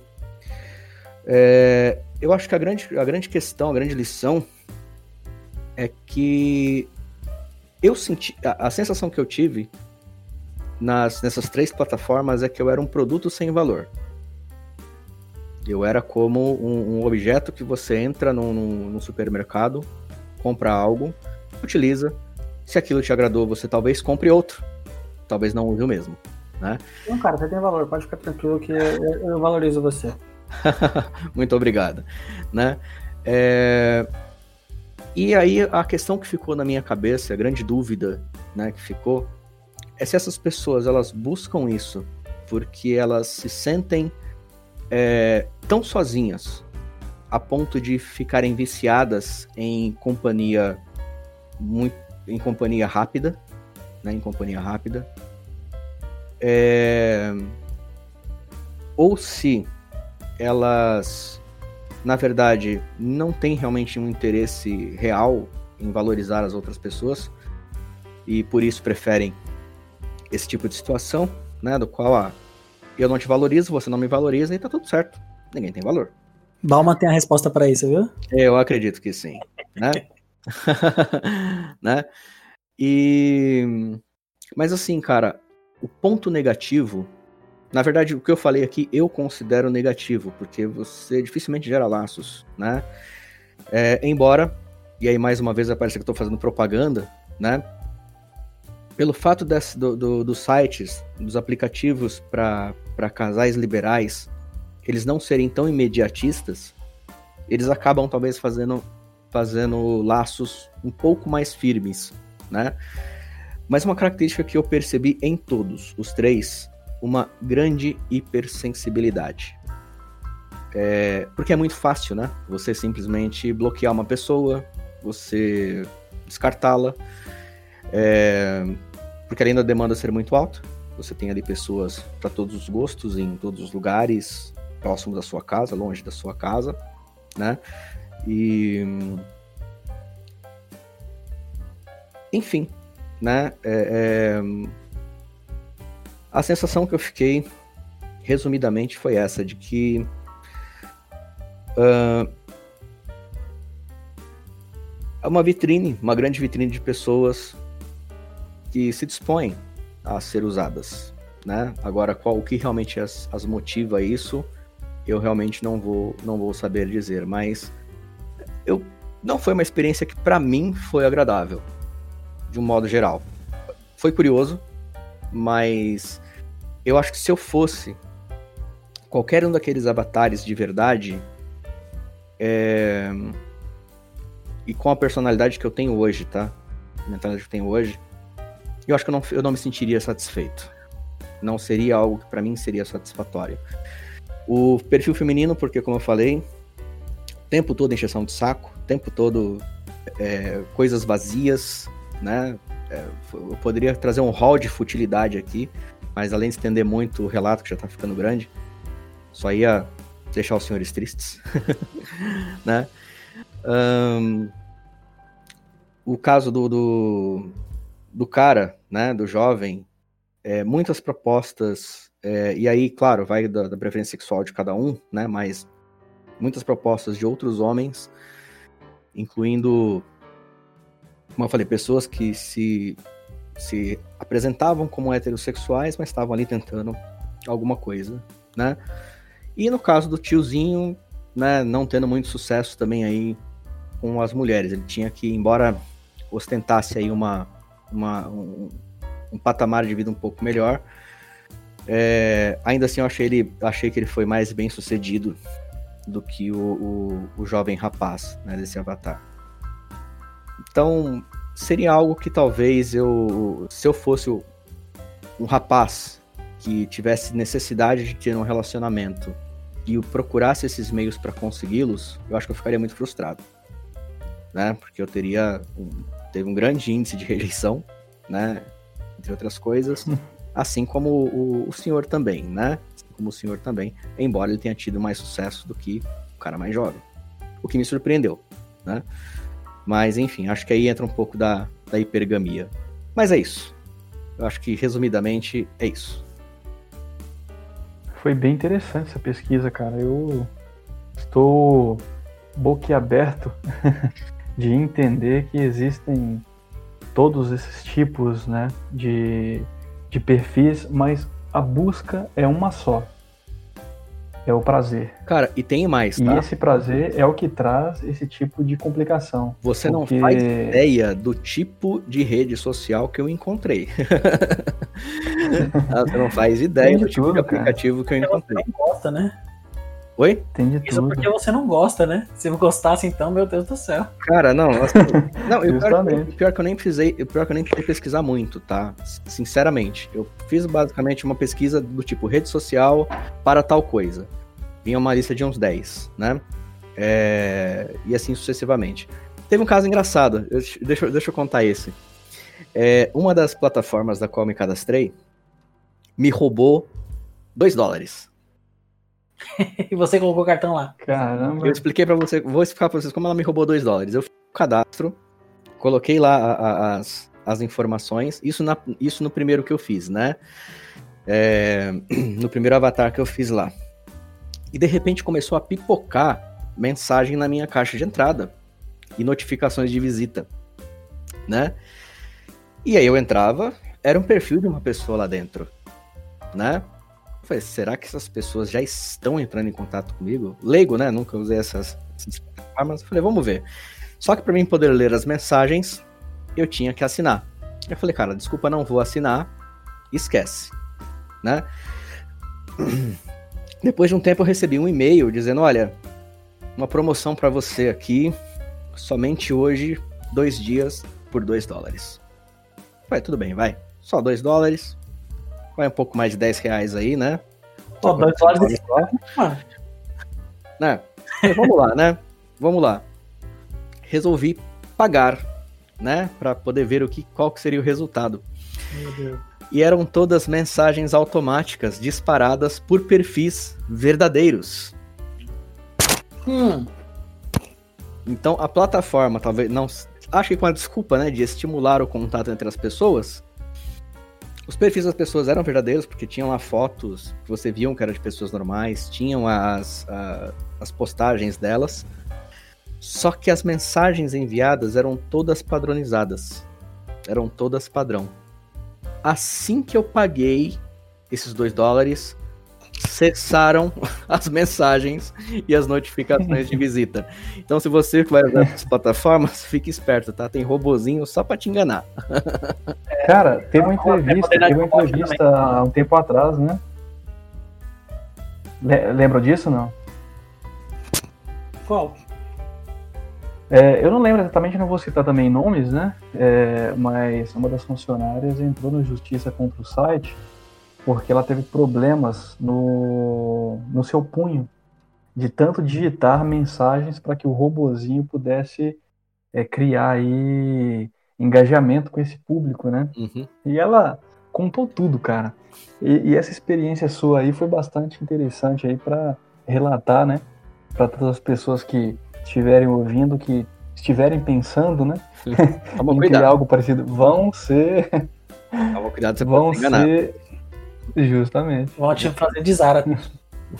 A: é, eu acho que a grande, a grande questão, a grande lição é que eu senti, a, a sensação que eu tive nas, nessas três plataformas é que eu era um produto sem valor. Eu era como um, um objeto que você entra no, no, no supermercado, compra algo, utiliza, se aquilo te agradou, você talvez compre outro, talvez não use o mesmo. Né?
B: Não, cara, você tem valor, pode ficar tranquilo que eu, eu valorizo você.
A: Muito obrigado. Né? É... E aí a questão que ficou na minha cabeça, a grande dúvida, né, que ficou, é se essas pessoas elas buscam isso porque elas se sentem é, tão sozinhas a ponto de ficarem viciadas em companhia muito, em companhia rápida, né, em companhia rápida. É... Ou se elas, na verdade, não têm realmente um interesse real em valorizar as outras pessoas e por isso preferem esse tipo de situação, né, do qual ah, eu não te valorizo, você não me valoriza e tá tudo certo. Ninguém tem valor.
B: Bauman tem a resposta pra isso, viu?
A: Eu acredito que sim, né? né? E... Mas assim, cara, o ponto negativo, na verdade, o que eu falei aqui, eu considero negativo, porque você dificilmente gera laços, né? É, embora, e aí mais uma vez vai parecer que eu tô fazendo propaganda, né? Pelo fato desse, do, do, dos sites, dos aplicativos para casais liberais, eles não serem tão imediatistas, eles acabam talvez fazendo, fazendo laços um pouco mais firmes, né? Mas uma característica que eu percebi em todos os três, uma grande hipersensibilidade. É, porque é muito fácil, né? Você simplesmente bloquear uma pessoa, você descartá-la, é, porque além da demanda ser muito alta, você tem ali pessoas para todos os gostos, em todos os lugares, próximo da sua casa, longe da sua casa, né? E... Enfim, né? É, é... A sensação que eu fiquei, resumidamente, foi essa, de que uh, é uma vitrine, uma grande vitrine de pessoas que se dispõem a ser usadas, né? Agora, qual o que realmente as, as motiva a isso, eu realmente não vou, não vou saber dizer, mas eu, não foi uma experiência que para mim foi agradável, de um modo geral. Foi curioso, mas eu acho que se eu fosse qualquer um daqueles avatares de verdade, é... e com a personalidade que eu tenho hoje, tá? A mentalidade que eu tenho hoje, eu acho que eu não, eu não me sentiria satisfeito. Não seria algo que pra mim seria satisfatório. O perfil feminino, porque como eu falei, o tempo todo encheção de saco, o tempo todo é, coisas vazias, né? É, eu poderia trazer um hall de futilidade aqui, mas além de estender muito o relato, que já tá ficando grande, só ia deixar os senhores tristes. né? Um, o caso do, do, do cara, né, do jovem, é, muitas propostas, é, e aí, claro, vai da, da preferência sexual de cada um, né, mas muitas propostas de outros homens, incluindo, como eu falei, pessoas que se, se apresentavam como heterossexuais, mas estavam ali tentando alguma coisa, né? E no caso do tiozinho, né, não tendo muito sucesso também aí com as mulheres. Ele tinha que, embora ostentasse aí uma, uma, um, um patamar de vida um pouco melhor, é, ainda assim eu achei, ele, achei que ele foi mais bem sucedido do que o, o, o jovem rapaz, né, desse avatar. Então, seria algo que talvez eu, se eu fosse um rapaz que tivesse necessidade de ter um relacionamento e eu procurasse esses meios para consegui-los, eu acho que eu ficaria muito frustrado, né? Porque eu teria um, teve um grande índice de rejeição, né? Entre outras coisas, assim como o, o senhor também, né? Assim como o senhor também, embora ele tenha tido mais sucesso do que o cara mais jovem, o que me surpreendeu, né? Mas enfim, acho que aí entra um pouco da, da hipergamia. Mas é isso. Eu acho que resumidamente é isso.
D: Foi bem interessante essa pesquisa, cara. Eu estou boquiaberto de entender que existem todos esses tipos, né, de, de perfis, mas a busca é uma só. É o prazer.
A: Cara, e tem mais, tá?
D: E esse prazer é o que traz esse tipo de complicação.
A: Você
D: porque...
A: não faz ideia do tipo de rede social que eu encontrei. Você não faz ideia do tipo
D: tudo,
A: de aplicativo
B: cara.
A: que eu encontrei.
B: Você não gosta, né?
A: Oi?
D: Tem de
B: Isso
D: tudo.
B: porque você não gosta, né? Se eu gostasse, então, meu Deus do céu.
A: Cara, não. Assim, não, eu pior,
D: Justamente.
A: pior que eu nem precisei, pior que eu nem precisei pesquisar muito, tá? Sinceramente, eu fiz basicamente uma pesquisa do tipo rede social para tal coisa. Vinha uma lista de uns dez, né? É, e assim sucessivamente. Teve um caso engraçado, eu, deixa, deixa eu contar esse. É, uma das plataformas da qual me cadastrei me roubou dois dólares.
B: E você colocou o cartão lá.
D: Caramba.
A: Eu expliquei pra você, vou explicar pra vocês como ela me roubou dois dólares. Eu fiz o cadastro, coloquei lá a, a, as, as informações. Isso, na, isso no primeiro que eu fiz, né? É, no primeiro avatar que eu fiz lá. E de repente começou a pipocar mensagem na minha caixa de entrada e notificações de visita, né? E aí eu entrava, era um perfil de uma pessoa lá dentro, né? Eu falei, será que essas pessoas já estão entrando em contato comigo? Leigo, né? Nunca usei essas, essas plataformas. Eu falei, vamos ver. Só que para mim poder ler as mensagens, eu tinha que assinar. Eu falei, cara, desculpa, não vou assinar, esquece, né? Depois de um tempo eu recebi um e-mail dizendo, olha, uma promoção para você aqui, somente hoje, dois dias por dois dólares. Vai, tudo bem, vai. Só dois dólares, vai um pouco mais de dez reais aí, né?
B: Pô, dois dólares é...
A: né? Mas vamos lá, né? Vamos lá. Resolvi pagar, né? Para poder ver o que, qual que seria o resultado.
B: Meu Deus.
A: E eram todas mensagens automáticas disparadas por perfis verdadeiros.
B: Hum.
A: Então a plataforma, talvez, não, acho que com a desculpa, né, de estimular o contato entre as pessoas, os perfis das pessoas eram verdadeiros, porque tinham lá fotos que você viam que eram de pessoas normais, tinham as, a, as postagens delas, só que as mensagens enviadas eram todas padronizadas, eram todas padrão. Assim que eu paguei esses dois dólares, cessaram as mensagens e as notificações de visita. Então, se você vai usar essas plataformas, fique esperto, tá? Tem robozinho só pra te enganar.
D: Cara, teve uma entrevista, teve uma entrevista há um tempo atrás, né? Lembram disso, não?
B: Qual?
D: É, eu não lembro exatamente, não vou citar também nomes, né? É, mas uma das funcionárias entrou na justiça contra o site porque ela teve problemas no, no seu punho, de tanto digitar mensagens para que o robozinho pudesse é, criar aí engajamento com esse público, né?
A: Uhum.
D: E ela contou tudo, cara. E, e essa experiência sua aí foi bastante interessante aí para relatar, né? Para todas as pessoas que estiverem ouvindo, que estiverem pensando, né?
A: Toma
D: em
A: cuidado.
D: criar algo parecido, vão ser,
A: Toma cuidado, você
D: vão
A: pode se enganar.
D: ser, justamente.
B: Vão te fazer de Zara. Deixa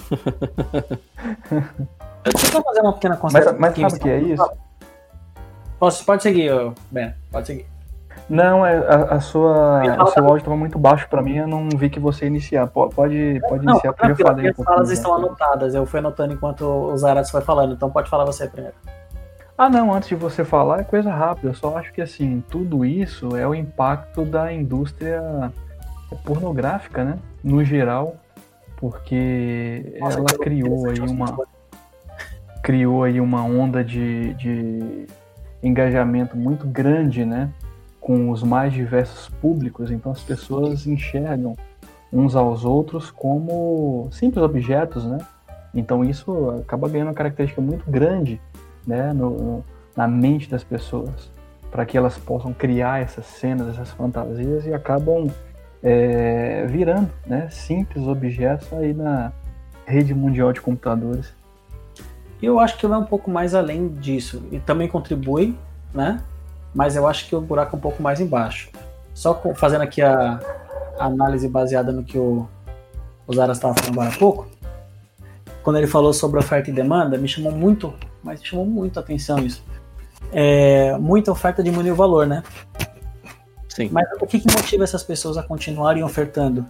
B: eu só fazer uma pequena
D: Mas,
B: consideração.
D: mas sabe o que é isso?
B: Posso, pode seguir, Ben, pode seguir.
D: Não, é, a, a sua, o seu áudio estava muito baixo para mim, eu não vi que você ia iniciar. Pode, pode, pode
B: Não,
D: iniciar, porque eu falei um
B: as
D: pouquinho.
B: falas
D: já.
B: estão anotadas, eu fui anotando enquanto o Zaratos foi falando, então pode falar você primeiro.
D: Ah, não, antes de você falar, é coisa rápida. Eu só acho que, assim, tudo isso é o impacto da indústria pornográfica, né? No geral, porque
B: Nossa,
D: ela
B: que
D: criou aí uma criou aí uma onda de, de engajamento muito grande, né? Com os mais diversos públicos. Então as pessoas enxergam uns aos outros como simples objetos, né? Então isso acaba ganhando uma característica muito grande, né, no, no, na mente das pessoas, para que elas possam criar essas cenas, essas fantasias e acabam é, virando, né, simples objetos aí na rede mundial de computadores.
B: Eu acho que vai um pouco mais além disso e também contribui, né? Mas eu acho que o buraco é um pouco mais embaixo. Só com, fazendo aqui a, a análise baseada no que o, o Zara estava falando agora há pouco, quando ele falou sobre oferta e demanda, me chamou muito, mas me chamou muito a atenção isso. É, muita oferta diminui o valor, né?
A: Sim.
B: Mas o que, que motiva essas pessoas a continuarem ofertando?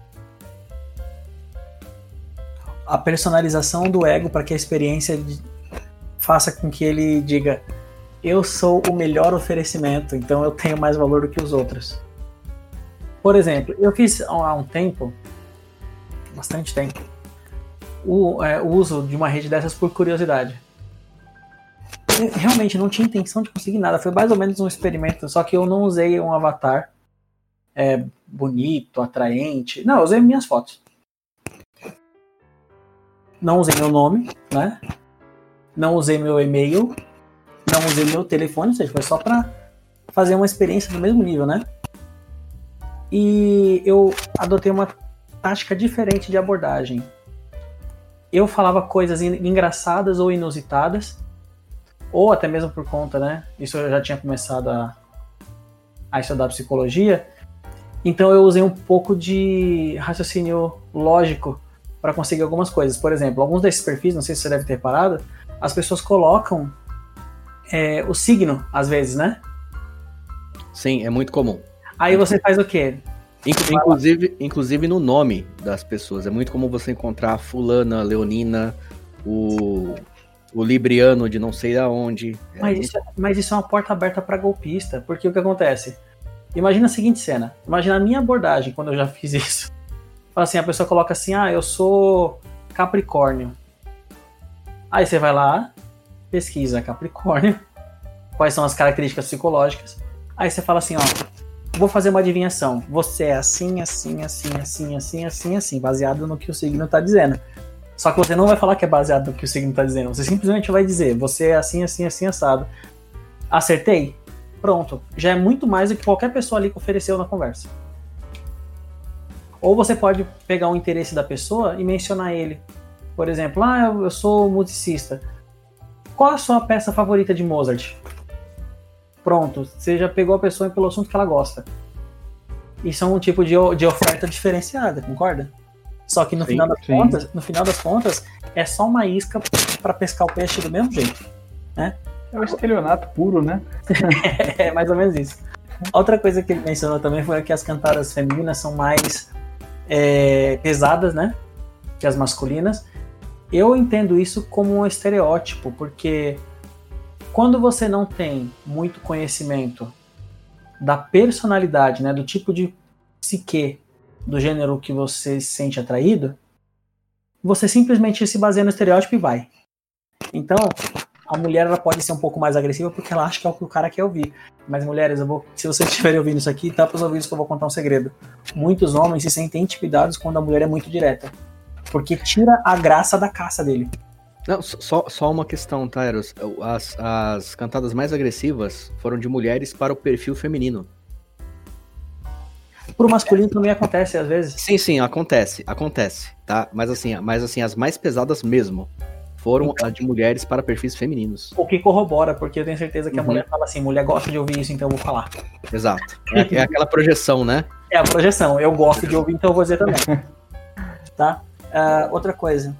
B: A personalização do ego para que a experiência de, faça com que ele diga: eu sou o melhor oferecimento, então eu tenho mais valor do que os outros. Por exemplo, eu fiz há um tempo, bastante tempo, o, é, o uso de uma rede dessas por curiosidade. Eu realmente não tinha intenção de conseguir nada, foi mais ou menos um experimento, só que eu não usei um avatar é, bonito, atraente. Não, eu usei minhas fotos. Não usei meu nome, né? Não usei meu e-mail, não usei meu telefone, ou seja, foi só pra fazer uma experiência do mesmo nível, né? E eu adotei uma tática diferente de abordagem. Eu falava coisas engraçadas ou inusitadas, ou até mesmo por conta, né? Isso eu já tinha começado a, a estudar psicologia, então eu usei um pouco de raciocínio lógico para conseguir algumas coisas. Por exemplo, alguns desses perfis, não sei se você deve ter reparado, as pessoas colocam é, o signo, às vezes, né?
A: Sim, é muito comum.
B: Aí você faz o quê?
A: Inclusive, inclusive no nome das pessoas. É muito comum você encontrar fulana, leonina, o, o libriano de não sei aonde. É
B: mas,
A: muito...
B: isso, mas isso é uma porta aberta para golpista, porque o que acontece? Imagina a seguinte cena. Imagina a minha abordagem quando eu já fiz isso. Fala assim, a pessoa coloca assim, ah, eu sou Capricórnio. Aí você vai lá, pesquisa Capricórnio, quais são as características psicológicas. Aí você fala assim, ó, vou fazer uma adivinhação. Você é assim, assim, assim, assim, assim, assim, assim, baseado no que o signo tá dizendo. Só que você não vai falar que é baseado no que o signo tá dizendo. Você simplesmente vai dizer, você é assim, assim, assim, assado. Acertei? Pronto. Já é muito mais do que qualquer pessoa ali que ofereceu na conversa. Ou você pode pegar o interesse da pessoa e mencionar ele. Por exemplo, ah, eu sou musicista. Qual a sua peça favorita de Mozart? Pronto, você já pegou a pessoa pelo assunto que ela gosta. Isso é um tipo de, de oferta diferenciada, concorda? Só que no, sim, final das sim. contas, no final das contas, é só uma isca para pescar o peixe do mesmo jeito, né?
D: É o estelionato puro, né?
B: É mais ou menos isso. Outra coisa que ele mencionou também foi que as cantadas femininas são mais é, pesadas, né? Que as masculinas. Eu entendo isso como um estereótipo, porque quando você não tem muito conhecimento da personalidade, né, do tipo de psique do gênero que você se sente atraído, você simplesmente se baseia no estereótipo e vai. Então, a mulher ela pode ser um pouco mais agressiva porque ela acha que é o que o cara quer ouvir. Mas, mulheres, eu vou, se vocês estiverem ouvindo isso aqui, tá para os ouvidos que eu vou contar um segredo. Muitos homens se sentem intimidados quando a mulher é muito direta, porque tira a graça da caça dele.
A: Não, só, só uma questão, tá, Eros? As, as cantadas mais agressivas foram de mulheres para o perfil feminino.
B: Pro masculino também acontece, às vezes.
A: Sim, sim, acontece, acontece, tá? Mas assim, mas, assim as mais pesadas mesmo foram então, a de mulheres para perfis femininos.
B: O que corrobora, porque eu tenho certeza que uhum. a mulher fala assim, mulher gosta de ouvir isso, então eu vou falar.
A: Exato. É, é aquela projeção, né?
B: É a projeção. Eu gosto de ouvir, então eu vou dizer também. Tá? Uh, outra coisa.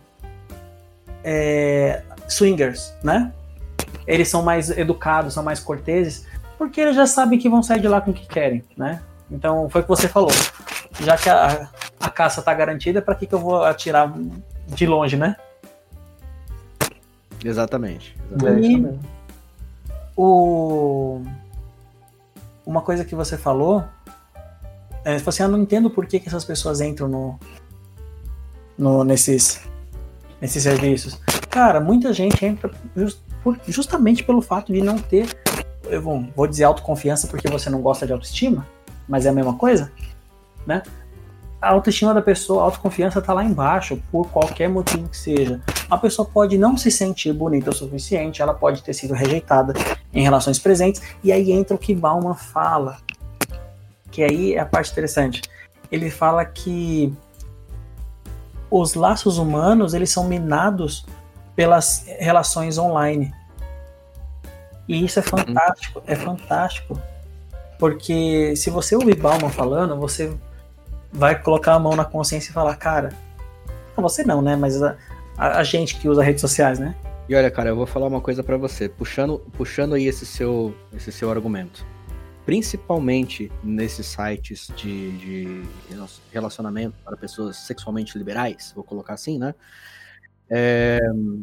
B: É, swingers, né? Eles são mais educados, são mais corteses, porque eles já sabem que vão sair de lá com o que querem, né? Então, foi o que você falou. Já que a, a caça tá garantida, pra que, que eu vou atirar de longe, né?
A: Exatamente. exatamente.
B: E o... uma coisa que você falou é, você falou assim, eu não entendo por que, que essas pessoas entram no, no, nesses, nesses serviços. Cara, muita gente entra just, por, justamente pelo fato de não ter, eu vou, vou dizer autoconfiança porque você não gosta de autoestima, mas é a mesma coisa, né? A autoestima da pessoa, a autoconfiança tá lá embaixo, por qualquer motivo que seja. A pessoa pode não se sentir bonita o suficiente, ela pode ter sido rejeitada em relações presentes, e aí entra o que Bauman fala, que aí é a parte interessante. Ele fala que os laços humanos, eles são minados pelas relações online. E isso é fantástico, é fantástico. Porque se você ouvir Bauman falando, você vai colocar a mão na consciência e falar, cara, você não, né? Mas a, a, a gente que usa redes sociais, né?
A: E olha, cara, eu vou falar uma coisa pra você, puxando, puxando aí esse seu, esse seu argumento. Principalmente nesses sites de, de relacionamento para pessoas sexualmente liberais, vou colocar assim, né? É,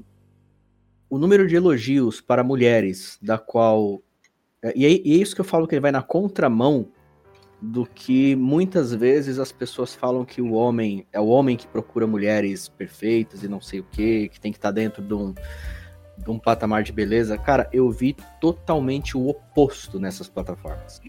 A: o número de elogios para mulheres, da qual... E é, e é isso que eu falo que ele vai na contramão do que muitas vezes as pessoas falam que o homem é o homem que procura mulheres perfeitas e não sei o que, que tem que estar dentro de um, de um patamar de beleza. Cara, eu vi totalmente o oposto nessas plataformas.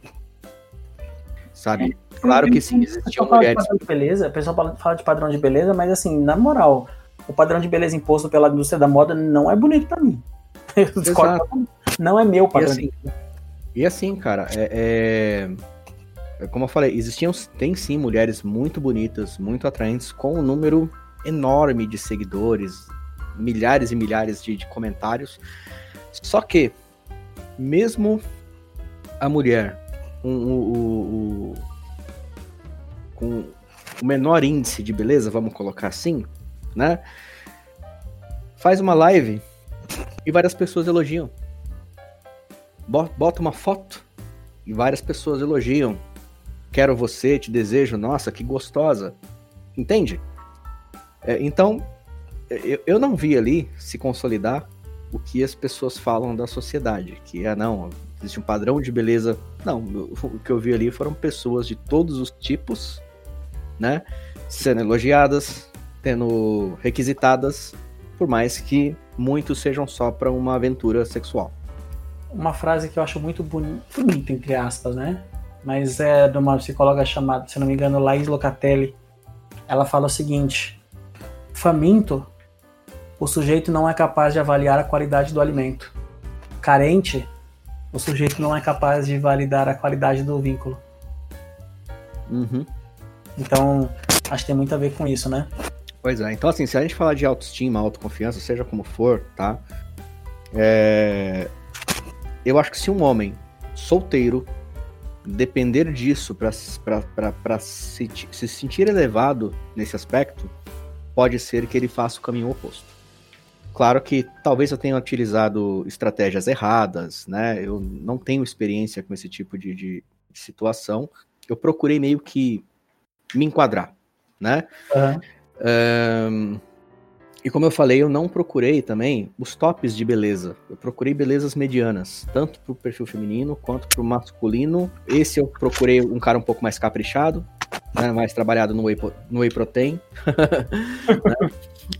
A: Sabe? É, claro que sim, existiam mulheres...
B: De beleza, o pessoal fala de padrão de beleza, mas assim, na moral, o padrão de beleza imposto pela indústria da moda não é bonito pra mim. Eu discordo, não é meu padrão.
A: E assim, e assim cara, é... é... como eu falei, existiam, tem sim mulheres muito bonitas, muito atraentes, com um número enorme de seguidores, milhares e milhares de, de comentários. Só que, mesmo a mulher um, o, o, o, com o menor índice de beleza, vamos colocar assim, né? Faz uma live e várias pessoas elogiam. Bota uma foto e várias pessoas elogiam. Quero você, te desejo, nossa, que gostosa. Entende? É, então, eu, eu não vi ali se consolidar o que as pessoas falam da sociedade, que é, não, existe um padrão de beleza. Não, o que eu vi ali foram pessoas de todos os tipos, né, sendo elogiadas, sendo requisitadas, por mais que muitos sejam só para uma aventura sexual.
B: Uma frase que eu acho muito bonita, bonita, entre aspas, né? Mas é de uma psicóloga chamada, se não me engano, Laís Locatelli. Ela fala o seguinte: faminto, o sujeito não é capaz de avaliar a qualidade do alimento. Carente, o sujeito não é capaz de validar a qualidade do vínculo.
A: Uhum.
B: Então, acho que tem muito a ver com isso, né?
A: Pois é, então assim, se a gente falar de autoestima, autoconfiança, seja como for, tá? É... Eu acho que se um homem solteiro depender disso para se, se sentir elevado nesse aspecto, pode ser que ele faça o caminho oposto. Claro que talvez eu tenha utilizado estratégias erradas, né? Eu não tenho experiência com esse tipo de, de, de situação. Eu procurei meio que me enquadrar, né?
B: Uhum.
A: Um, e como eu falei, eu não procurei também os tops de beleza. Eu procurei belezas medianas, tanto pro perfil feminino quanto pro masculino. Esse eu procurei um cara um pouco mais caprichado, né, mais trabalhado no whey, no whey protein. Né?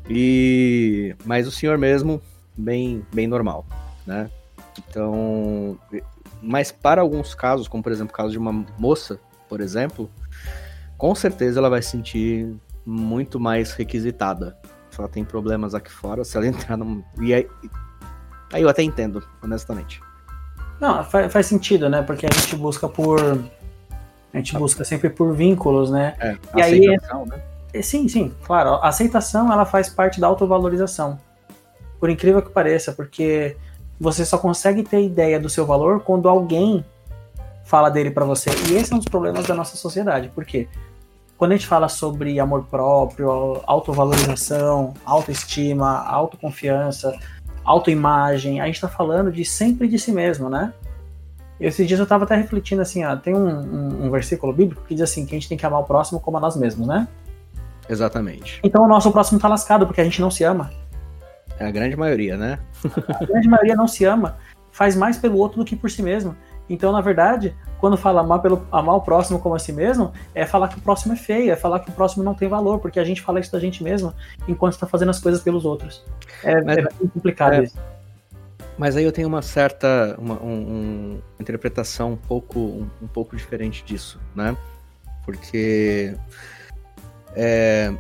A: E, mas o senhor mesmo, bem, bem normal, né? Então, mas para alguns casos, como por exemplo o caso de uma moça, por exemplo, com certeza ela vai se sentir muito mais requisitada. Se ela tem problemas aqui fora, se ela entrar num... E aí, aí eu até entendo, honestamente.
B: Não, faz, faz sentido, né? Porque a gente busca por... A gente busca sempre por vínculos, né?
A: É,
B: e
A: aceitação,
B: aí,
A: né?
B: Sim, sim, claro. A aceitação, ela faz parte da autovalorização. Por incrível que pareça, porque você só consegue ter ideia do seu valor quando alguém fala dele pra você. E esse é um dos problemas da nossa sociedade. Por quê? Quando a gente fala sobre amor próprio, autovalorização, autoestima, autoconfiança, autoimagem, a gente tá falando de sempre de si mesmo, né? E esses dias eu tava até refletindo assim, ó, tem um, um, um versículo bíblico que diz assim, que a gente tem que amar o próximo como a nós mesmos, né?
A: Exatamente.
B: Então o nosso próximo tá lascado, porque a gente não se ama.
A: É a grande maioria, né?
B: A grande maioria não se ama, faz mais pelo outro do que por si mesmo. Então, na verdade, quando fala amar, pelo, amar o próximo como a si mesmo, é falar que o próximo é feio, é falar que o próximo não tem valor, porque a gente fala isso da gente mesmo enquanto está fazendo as coisas pelos outros. É, mas, é bem complicado
A: é,
B: isso.
A: Mas aí eu tenho uma certa uma um, um, interpretação um pouco, um, um pouco diferente disso, né? Porque é,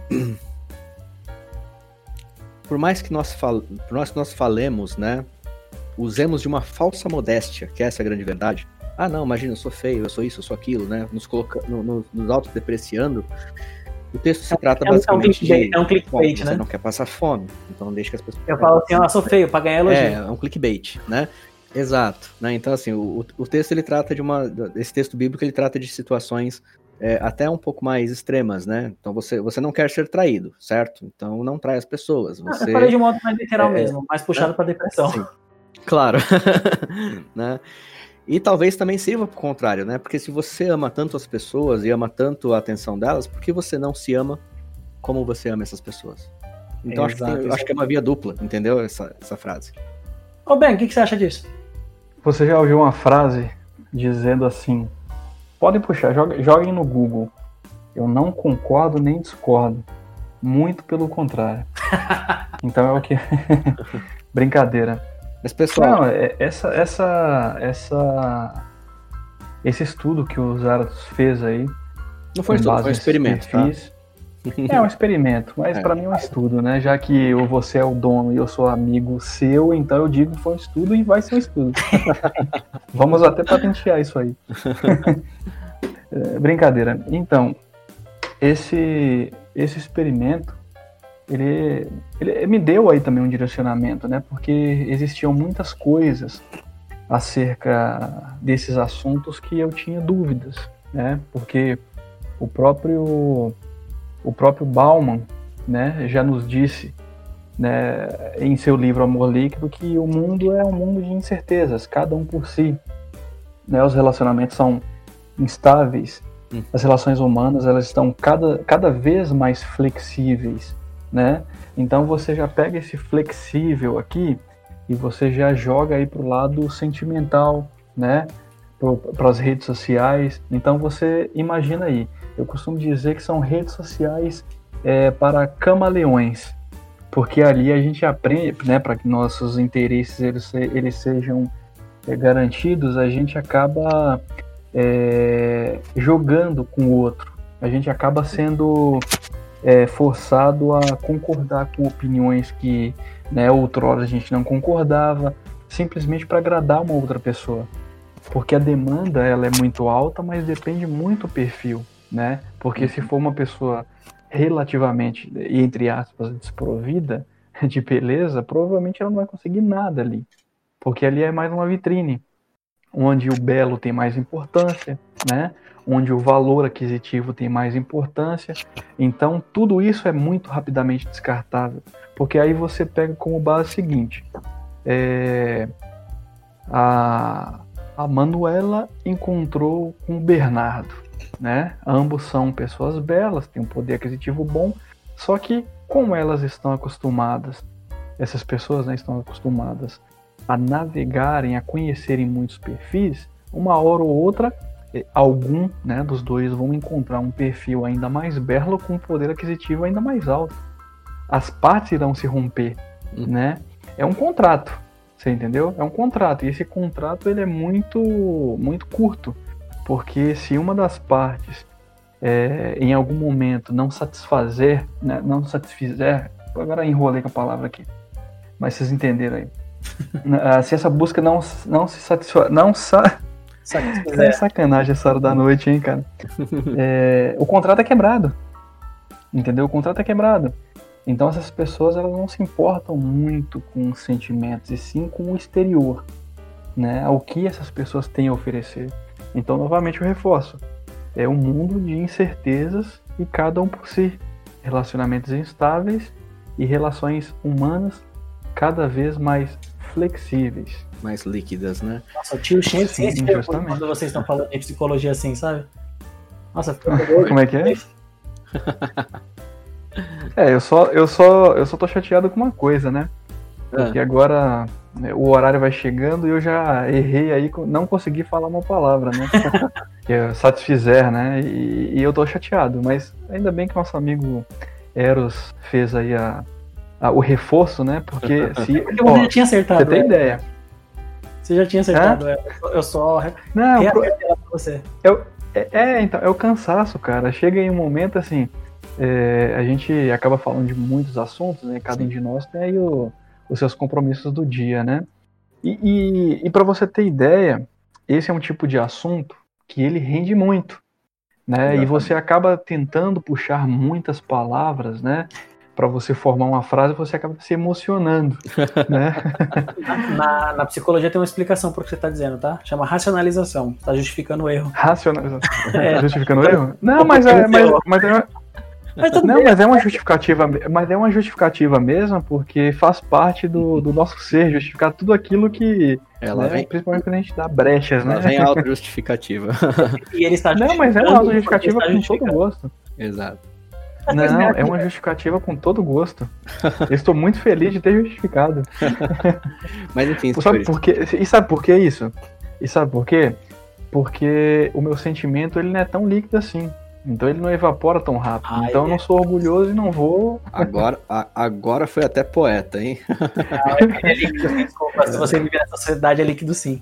A: por mais que nós fal, por mais que nós falemos, né? Usemos de uma falsa modéstia, que essa é a grande verdade. Ah, não, imagina, eu sou feio, eu sou isso, eu sou aquilo, né? Nos, coloca... no, no, nos autodepreciando. O texto se trata
B: é um,
A: basicamente
B: é um
A: de...
B: É um clickbait,
A: bom,
B: né?
A: Você não quer passar fome, então deixa que as pessoas...
B: Eu falo assim, eu sou feio, pra ganhar elogio.
A: É, é um clickbait, né? Exato. Né? Então, assim, o, o texto, ele trata de uma... Esse texto bíblico, ele trata de situações é, até um pouco mais extremas, né? Então, você, você não quer ser traído, certo? Então, não trai as pessoas. Você...
B: Ah, eu falei de um modo mais literal
A: é,
B: mesmo, mais puxado é, pra depressão.
A: Sim. Claro, né? E talvez também sirva pro contrário, né? Porque se você ama tanto as pessoas e ama tanto a atenção delas, por que você não se ama como você ama essas pessoas? Então acho que, tem, acho que é uma via dupla, entendeu? Essa, essa frase.
B: Ô Ben, o que, que você acha disso?
D: Você já ouviu uma frase dizendo assim, podem puxar, joguem, joguem no Google, eu não concordo nem discordo, muito pelo contrário. Então é o que... Brincadeira.
A: Mas, pessoal...
D: Não, essa, essa, essa, esse estudo que o Zarathus fez aí...
A: Não foi estudo, foi um experimento,
D: perfis, tá? É um experimento, mas é. Pra mim é um estudo, né? Já que você é o dono e eu sou amigo seu, então eu digo que foi um estudo e vai ser um estudo. Vamos até patentear isso aí. É, brincadeira. Então, esse, esse experimento Ele, ele me deu aí também um direcionamento, né? Porque existiam muitas coisas acerca desses assuntos que eu tinha dúvidas, né? Porque o próprio, o próprio Bauman, né, já nos disse, né, em seu livro Amor Líquido, que o mundo é um mundo de incertezas, cada um por si. Né? Os relacionamentos são instáveis, hum. as relações humanas elas estão cada, cada vez mais flexíveis. Né? Então você já pega esse flexível aqui e você já joga aí para o lado sentimental, né? Para as redes sociais. Então você imagina aí, eu costumo dizer que são redes sociais é, para camaleões, porque ali a gente aprende, né, para que nossos interesses eles, eles sejam é, garantidos, a gente acaba é, jogando com o outro, a gente acaba sendo é, forçado a concordar com opiniões que, né, outrora a gente não concordava, simplesmente para agradar uma outra pessoa. Porque a demanda ela é muito alta, mas depende muito do perfil, né? Porque se for uma pessoa relativamente, entre aspas, desprovida de beleza, provavelmente ela não vai conseguir nada ali. Porque ali é mais uma vitrine, onde o belo tem mais importância, né? Onde o valor aquisitivo tem mais importância. Então, tudo isso é muito rapidamente descartável. Porque aí você pega como base o seguinte. É, a, a Manuela encontrou com o Bernardo. Né? Ambos são pessoas belas, têm um poder aquisitivo bom. Só que, como elas estão acostumadas, essas pessoas, né, estão acostumadas a navegarem, a conhecerem muitos perfis, uma hora ou outra, algum, né, dos dois vão encontrar um perfil ainda mais belo com um poder aquisitivo ainda mais alto. As partes irão se romper, hum. né? É um contrato, você entendeu? É um contrato, e esse contrato ele é muito, muito curto, porque se uma das partes é, em algum momento não satisfazer, né, não satisfizer, agora enrolei com a palavra aqui, mas vocês entenderam aí. Se essa busca não, não se satisfaz, não sa... É sacanagem essa hora da noite, hein, cara? É, o contrato é quebrado, entendeu? O contrato é quebrado. Então essas pessoas elas não se importam muito com os sentimentos, e sim com o exterior, né? O que essas pessoas têm a oferecer. Então, novamente, eu reforço. É um mundo de incertezas e cada um por si. Relacionamentos instáveis e relações humanas cada vez mais flexíveis.
A: Mais líquidas, né?
B: Nossa, o tio cheio de ciência quando vocês estão falando de psicologia assim, sabe? Nossa, ficou
D: como é que é? É, eu só, eu, só, eu só tô chateado com uma coisa, né? Porque ah. agora né, o horário vai chegando e eu já errei aí, não consegui falar uma palavra, né? Que é satisfizer, né? E, e eu tô chateado, mas ainda bem que nosso amigo Eros fez aí a, a, o reforço, né? Porque se...
B: Porque você ó, já tinha acertado.
D: Você tem
B: é.
D: ideia.
B: Você já tinha acertado, é. eu só
D: não, pro...
B: pra você.
D: Eu, é, é, então, é o cansaço, cara. Chega em um momento assim, é, a gente acaba falando de muitos assuntos, né? Cada um de nós tem aí o, os seus compromissos do dia, né? E, e, e para você ter ideia, esse é um tipo de assunto que ele rende muito, né? Exatamente. E você acaba tentando puxar muitas palavras, né? Para você formar uma frase, você acaba se emocionando, né?
B: Na, na psicologia tem uma explicação para o que você está dizendo, tá? Chama racionalização. Está justificando o erro.
D: Racionalização. É. Tá justificando o erro? Não, mas é, mas, mas é, mas não, mas é uma justificativa, mas é uma justificativa mesmo, porque faz parte do, do nosso ser justificar tudo aquilo que,
A: ela
D: né,
A: vem,
D: principalmente quando a gente dá brechas,
A: ela
D: né?
A: Vem auto-justificativa.
B: E ele está
D: não, mas é uma auto-justificativa com todo gosto.
A: Exato.
D: Não, é uma justificativa com todo gosto. Eu estou muito feliz de ter justificado.
A: Mas enfim,
D: sabe por quê? E sabe por que isso? E sabe por quê? Porque o meu sentimento ele não é tão líquido assim. Então ele não evapora tão rápido. Ai, então eu não sou orgulhoso e não vou...
A: Agora, a, agora foi até poeta, hein?
B: Não, é líquido sim, desculpa. Se você viver nessa sociedade, é líquido sim.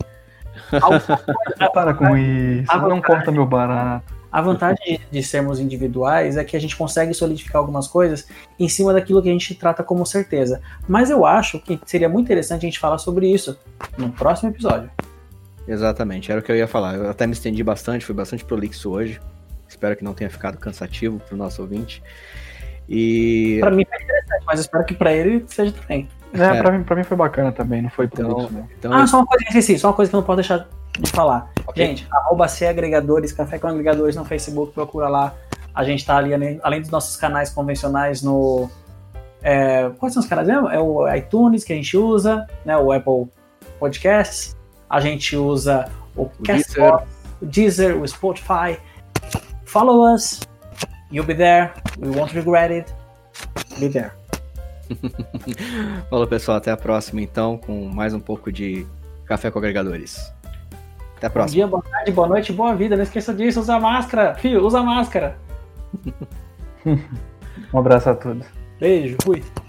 D: Para com isso, a não corta meu barato.
B: A vantagem de sermos individuais é que a gente consegue solidificar algumas coisas em cima daquilo que a gente trata como certeza. Mas eu acho que seria muito interessante a gente falar sobre isso no próximo episódio.
A: Exatamente, era o que eu ia falar. Eu até me estendi bastante, fui bastante prolixo hoje. Espero que não tenha ficado cansativo para o nosso ouvinte. E...
B: Para mim foi interessante, mas espero que para ele seja também.
D: É, é. Pra, mim, pra mim foi bacana também, não foi
A: então,
D: prolixo, não.
B: Então, ah, só uma coisa que eu esqueci, só uma coisa que eu não posso deixar de falar. Okay. Gente, arroba C Agregadores, Café com Agregadores no Facebook, procura lá. A gente tá ali, além dos nossos canais convencionais no... É, quais são os canais mesmo? É o iTunes que a gente usa, né, o Apple Podcasts. A gente usa o, o Castbox, o Deezer, o Spotify. Follow us. You'll be there. We won't regret it. Be there.
A: Falou, pessoal. Até a próxima, então, com mais um pouco de Café com Agregadores. Até a próxima.
B: Bom dia, boa tarde, boa noite, boa vida. Não esqueça disso. Usa máscara. Fio, usa máscara.
D: Um abraço a todos.
B: Beijo. Fui.